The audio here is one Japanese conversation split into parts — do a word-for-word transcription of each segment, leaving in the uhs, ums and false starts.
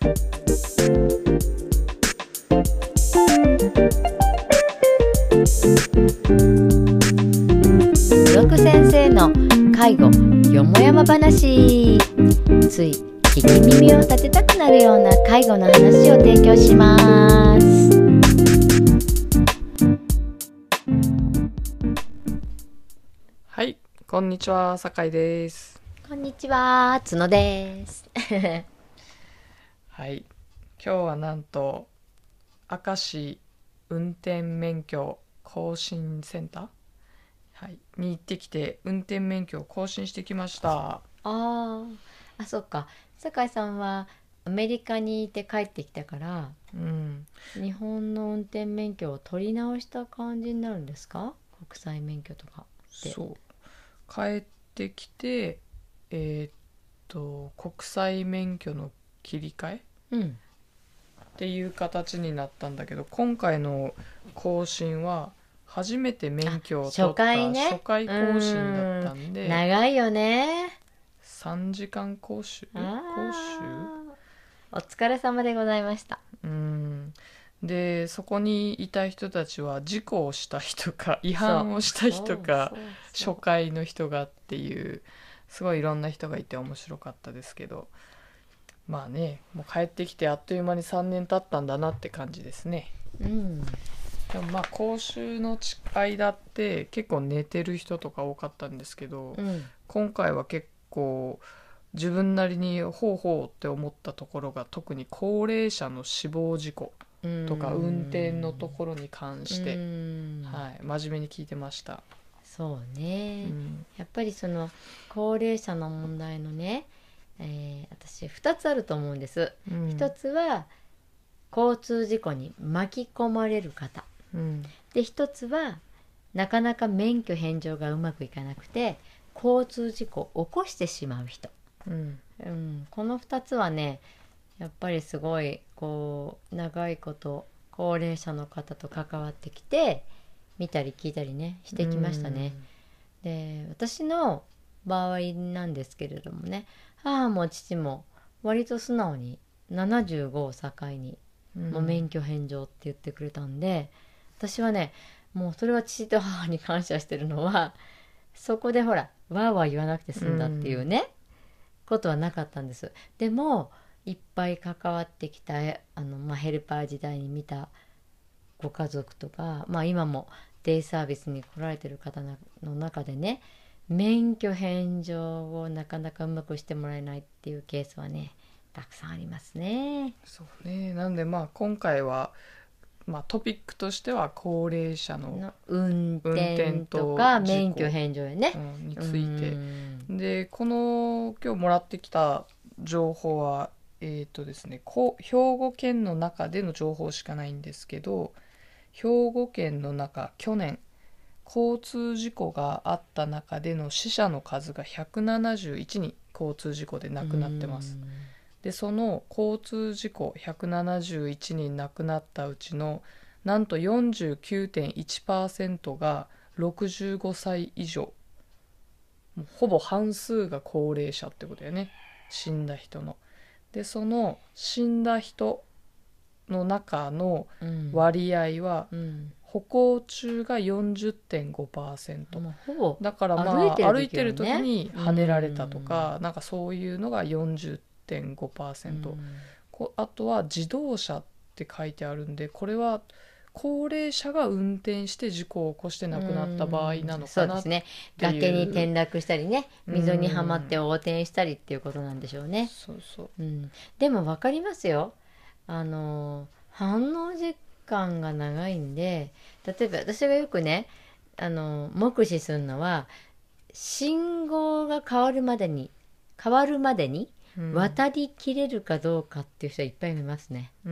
六先生の介護よもやま話。つい聞き耳を立てたくなるような介護の話を提供します。 はい、こんにちは、酒井です。 こんにちは、角ですはい、今日はなんと明石運転免許更新センター、はい、に行ってきて運転免許を更新してきました。 あーあ、そっか。酒井さんはアメリカにいて帰ってきたから、 うん、 日本の運転免許を取り直した感じになるんですか？国際免許とかって。 そう、帰ってきてえーっと国際免許の切り替えうんっていう形になったんだけど、今回の更新は初めて免許を取った初回ね。 初回更新だったんで、 長いよね。 さんじかん講習講習お疲れ様でございました。 うんでそこにいた人たちは事故をした人か違反をした人かそうそうそう初回の人がっていう、すごいいろんな人がいて面白かったですけど、まあね、もう帰ってきてあっという間にさんねん経ったんだなって感じですね。 うんでもまあ講習の間って結構寝てる人とか多かったんですけど、 うん今回は結構自分なりにほうほうって思ったところが、特に高齢者の死亡事故とか運転のところに関して、はい、真面目に聞いてました。 そうね、 うん、 やっぱりその高齢者の問題のね、えー、私ふたつあると思うんです、 うん、 ひとつは交通事故に巻き込まれる方、 うん、 でひとつはなかなか免許返上がうまくいかなくて交通事故を起こしてしまう人、 うんうん、このふたつはねやっぱりすごいこう長いこと高齢者の方と関わってきて見たり聞いたりねしてきましたね。で私の場合なんですけれどもね、母も父も割と素直にななじゅうごを境にもう免許返上って言ってくれたんで、私はねもうそれは父と母に感謝してるのは、そこでほらわーわー言わなくて済んだっていうね、うん、ことはなかったんです。でもいっぱい関わってきたあの、まあ、ヘルパー時代に見たご家族とか、まあ、今もデイサービスに来られてる方の中でね、免許返上をなかなかうまくしてもらえないっていうケースはねたくさんありますね。 そうね、なんでまあ今回は、まあ、トピックとしては高齢者の運転とか免許返上やね、 うん、についてで、この今日もらってきた情報はえーとですね、こ兵庫県の中での情報しかないんですけど、兵庫県の中去年交通事故があった中での死者の数がひゃくななじゅういちにん交通事故で亡くなってます。でその交通事故ひゃくななじゅういちにん亡くなったうちのなんと よんじゅうきゅうてんいちパーセント がろくじゅうごさい以上、もうほぼ半数が高齢者ってことだよね、死んだ人の。でその死んだ人の中の割合は、うんうん歩行中が よんじゅってんごパーセント、まあ、ほぼだからまあ歩いてる時、ね、歩いてる時に跳ねられたとか、うん、なんかそういうのが よんじゅってんごパーセント、うん、こあとは自動車って書いてあるんで、これは高齢者が運転して事故を起こして亡くなった場合なのかなっていう、うん、そうですね、 崖に転落したりね、溝にはまって横転したりっていうことなんでしょうね。 そうそう、 うん、でも分かりますよ、あの反応時間が長いんで、例えば私がよくねあの目視するのは、信号が変わるまでに変わるまでに渡りきれるかどうかっていう人はいっぱいいますね、 うん、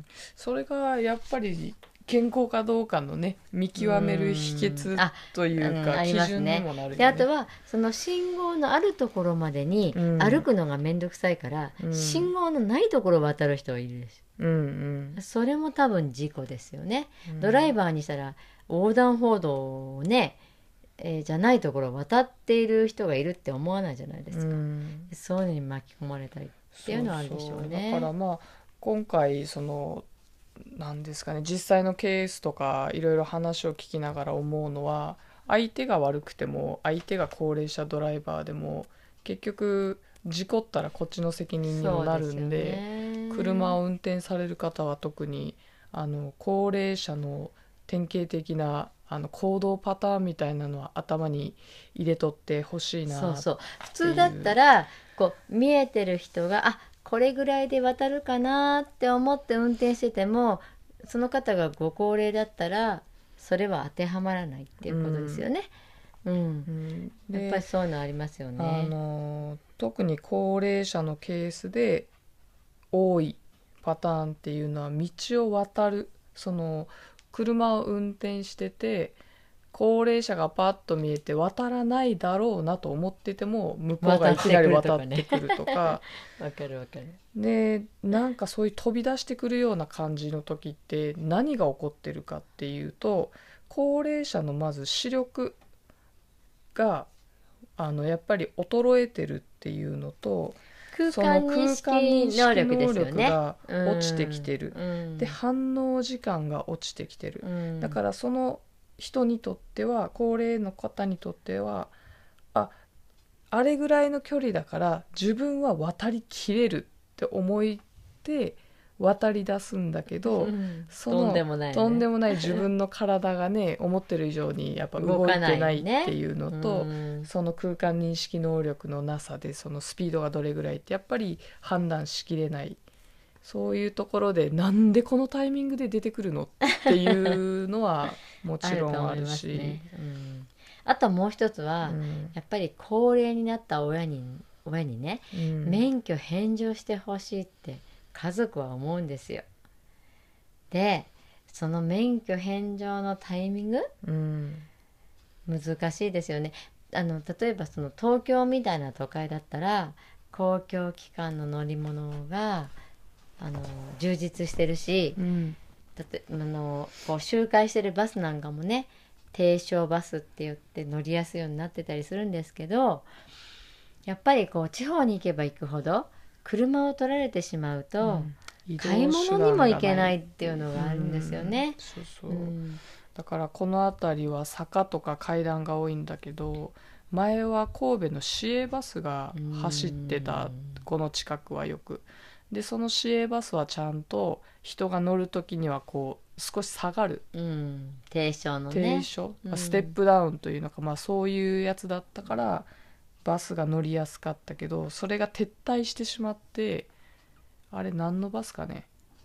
それがやっぱり健康かどうかのね見極める秘訣というか、基準にもなるよね。 であとはその信号のあるところまでに歩くのがめんどくさいから、うん、信号のないところを渡る人はいるでしょ、うんうん、それも多分事故ですよね、うん、ドライバーにしたら横断歩道をね、えー、じゃないところを渡っている人がいるって思わないじゃないですか、うん、そういうのに巻き込まれたりっていうのはあるでしょうね。 そうそう、だからまあ今回そのなんですかね、実際のケースとかいろいろ話を聞きながら思うのは、相手が悪くても相手が高齢者ドライバーでも結局事故ったらこっちの責任にもなるんで、車を運転される方は特にあの高齢者の典型的なあの行動パターンみたいなのは頭に入れとってほしいな。 そうそう、普通だったらこう見えてる人があこれぐらいで渡るかなって思って運転してても、その方がご高齢だったらそれは当てはまらないっていうことですよね。うん、うんうん、やっぱりそういうのありますよね。 あの特に高齢者のケースで多いパターンっていうのは、道を渡る、その車を運転してて高齢者がパッと見えて渡らないだろうなと思ってても向こうがいきなり渡ってくるとかわかるわかる。 でなんかそういう飛び出してくるような感じの時って何が起こってるかっていうと、高齢者のまず視力があのやっぱり衰えてるっていうのと、 空間認識能力ですよね。 が落ちてきてる、 うん、 で反応時間が落ちてきてる、 うん、 だからその人にとっては、高齢の方にとってはああれぐらいの距離だから自分は渡りきれるって思って渡り出すんだけど、 うん、 そのとんでもないね、 とんでもない自分の体がね思ってる以上にやっぱ動いてないっていうのと、 ね、 その空間認識能力のなさでそのスピードがどれぐらいってやっぱり判断しきれない、そういうところでなんでこのタイミングで出てくるのっていうのはもちろんあるし、 ね、うん、あともう一つは、うん、やっぱり高齢になった親に親にね、うん、免許返上してほしいって家族は思うんですよ。でその免許返上のタイミング、うん、難しいですよね。あの例えばその東京みたいな都会だったら公共機関の乗り物があの充実してるし、うん、だってあのこう周回してるバスなんかもね低床バスって言って乗りやすいようになってたりするんですけど、やっぱりこう地方に行けば行くほど車を取られてしまうと、うん、買い物にも行けないっていうのがあるんですよね。 そうそう、うん、だからこの辺りは坂とか階段が多いんだけど、前は神戸の市営バスが走ってた、この近くはよくで、その市営バスはちゃんと人が乗るときにはこう少し下がる、 うん、低床のね低床、うん、ステップダウンというのか、まあ、そういうやつだったからバスが乗りやすかったけど、それが撤退してしまって、あれ何のバスかね、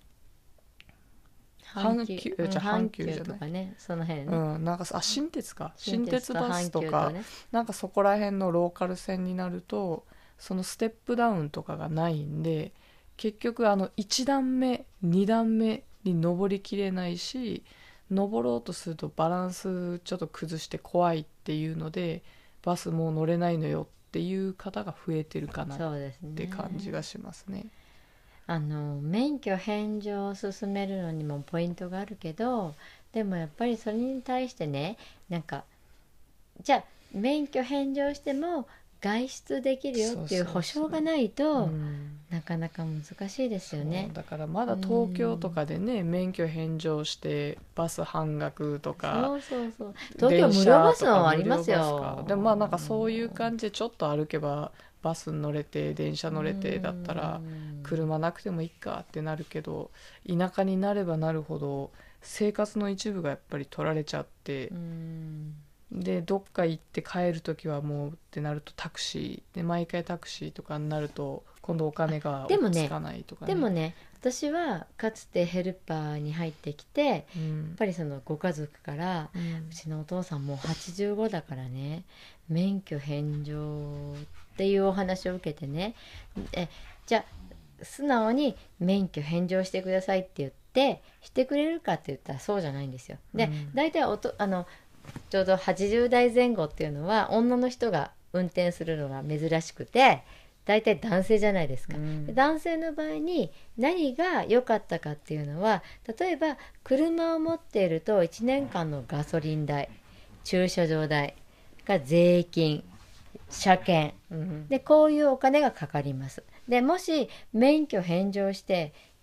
阪急、うん、じゃ阪急じゃないとかね、その辺ね、 うん、なんかあ新鉄か、新鉄バスとか、ね、なんかそこら辺のローカル線になるとそのステップダウンとかがないんで、結局あのいち段目に段目に登りきれないし、登ろうとするとバランスちょっと崩して怖いっていうのでバスもう乗れないのよっていう方が増えてるかなって感じがしますね。 あの免許返上を進めるのにもポイントがあるけど、でもやっぱりそれに対してね、なんかじゃあ免許返上しても外出できるよっていう保証がないとなかなか難しいですよね。 だからまだ東京とかでね、免許返上してバス半額とか、 そうそうそう、東京無料バスもありますよ。 でもまあなんかそういう感じでちょっと歩けばバス乗れて電車乗れてだったら車なくてもいいかってなるけど、田舎になればなるほど生活の一部がやっぱり取られちゃって、でどっか行って帰るときはもうってなるとタクシーで毎回タクシーとかになると今度お金が追いつかないとかね。 でもね、私はかつてヘルパーに入ってきて、うん、やっぱりそのご家族から、うん、うちのお父さんもうはちじゅうごだからね免許返上っていうお話を受けてね、えじゃあ素直に免許返上してくださいって言ってしてくれるかって言ったらそうじゃないんですよ。で、うん、大体おとあのちょうどはちじゅう代前後っていうのは女の人が運転するのが珍しくて、大体男性じゃないですか、うん、男性の場合に何が良かったかっていうのは、例えば車を持っているといちねんかんのガソリン代、駐車場代が税金、車検、うん、でこういうお金がかかります。でもし免許返上して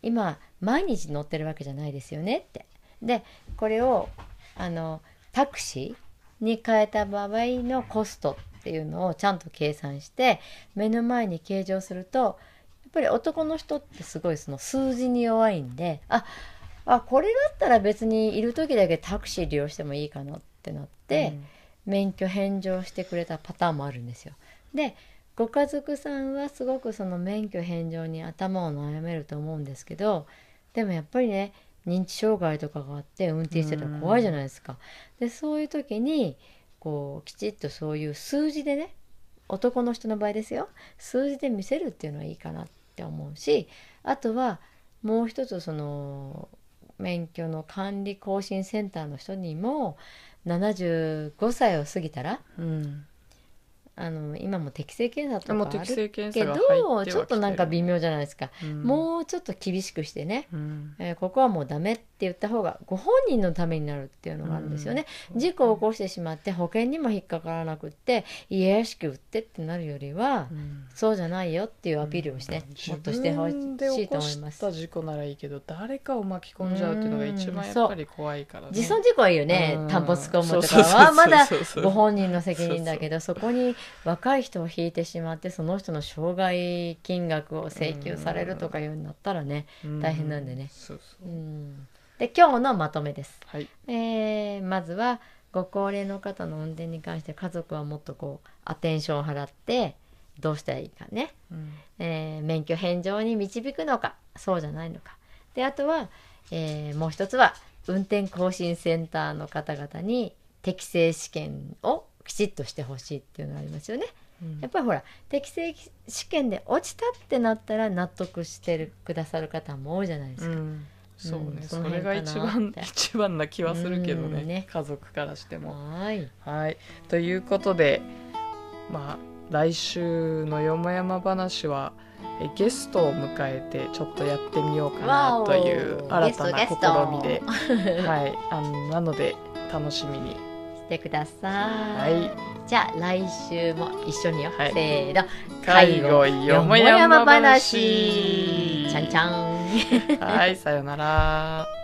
今毎日乗ってるわけじゃないですよねって。でこれをあのタクシーに変えた場合のコストっていうのをちゃんと計算して目の前に計上すると、やっぱり男の人ってすごいその数字に弱いんで、ああこれだったら別にいる時だけタクシー利用してもいいかなってなって、うん、免許返上してくれたパターンもあるんですよ。でご家族さんはすごくその免許返上に頭を悩めると思うんですけど、でもやっぱりね認知障害とかがあって運転してたら怖いじゃないですか。でそういう時にこうきちっとそういう数字でね、男の人の場合ですよ、数字で見せるっていうのはいいかなって思うし、あとはもう一つその免許の管理更新センターの人にもななじゅうごさいを過ぎたら、うん、あの今も適正検査とかあるけどちょっとなんか微妙じゃないですか、うん、もうちょっと厳しくしてね、うんえー、ここはもうダメって言った方がご本人のためになるっていうのがあるんですよね、うん、事故を起こしてしまって保険にも引っかからなくっていやらしく売ってってなるよりは、うん、そうじゃないよっていうアピールをして、うん、もっとしてほしいと思います。 自分で起こした事故ならいいけど誰かを巻き込んじゃうっていうのが一番やっぱり怖いからね。 自損事故はいいよね、田んぼ突っ込むとかはまだご本人の責任だけど、そこに若い人を引いてしまってその人の障害金額を請求されるとかいうようになったらね、大変なんでね。そうそう、うん、で今日のまとめです、はいえー、まずはご高齢の方の運転に関して家族はもっとこうアテンションを払ってどうしたらいいかね、うんえー、免許返上に導くのかそうじゃないのかで、あとは、えー、もう一つは運転更新センターの方々に適正試験をきちっとしてほしいっていうのがありますよね。やっぱりほら適正試験で落ちたってなったら納得してるくださる方も多いじゃないですか、うん、 そうね、うん、そ, それが一番一番な気はするけど ね,、うん、ね家族からしても。はい、はい、ということでまあ来週のよもやま話はえゲストを迎えてちょっとやってみようかなという新たな試みで、はい、あのなので楽しみにしてください、 はい、 じゃあ来週も一緒によ、はい、せーの介護よもやま話ちゃんちゃんはいさよなら。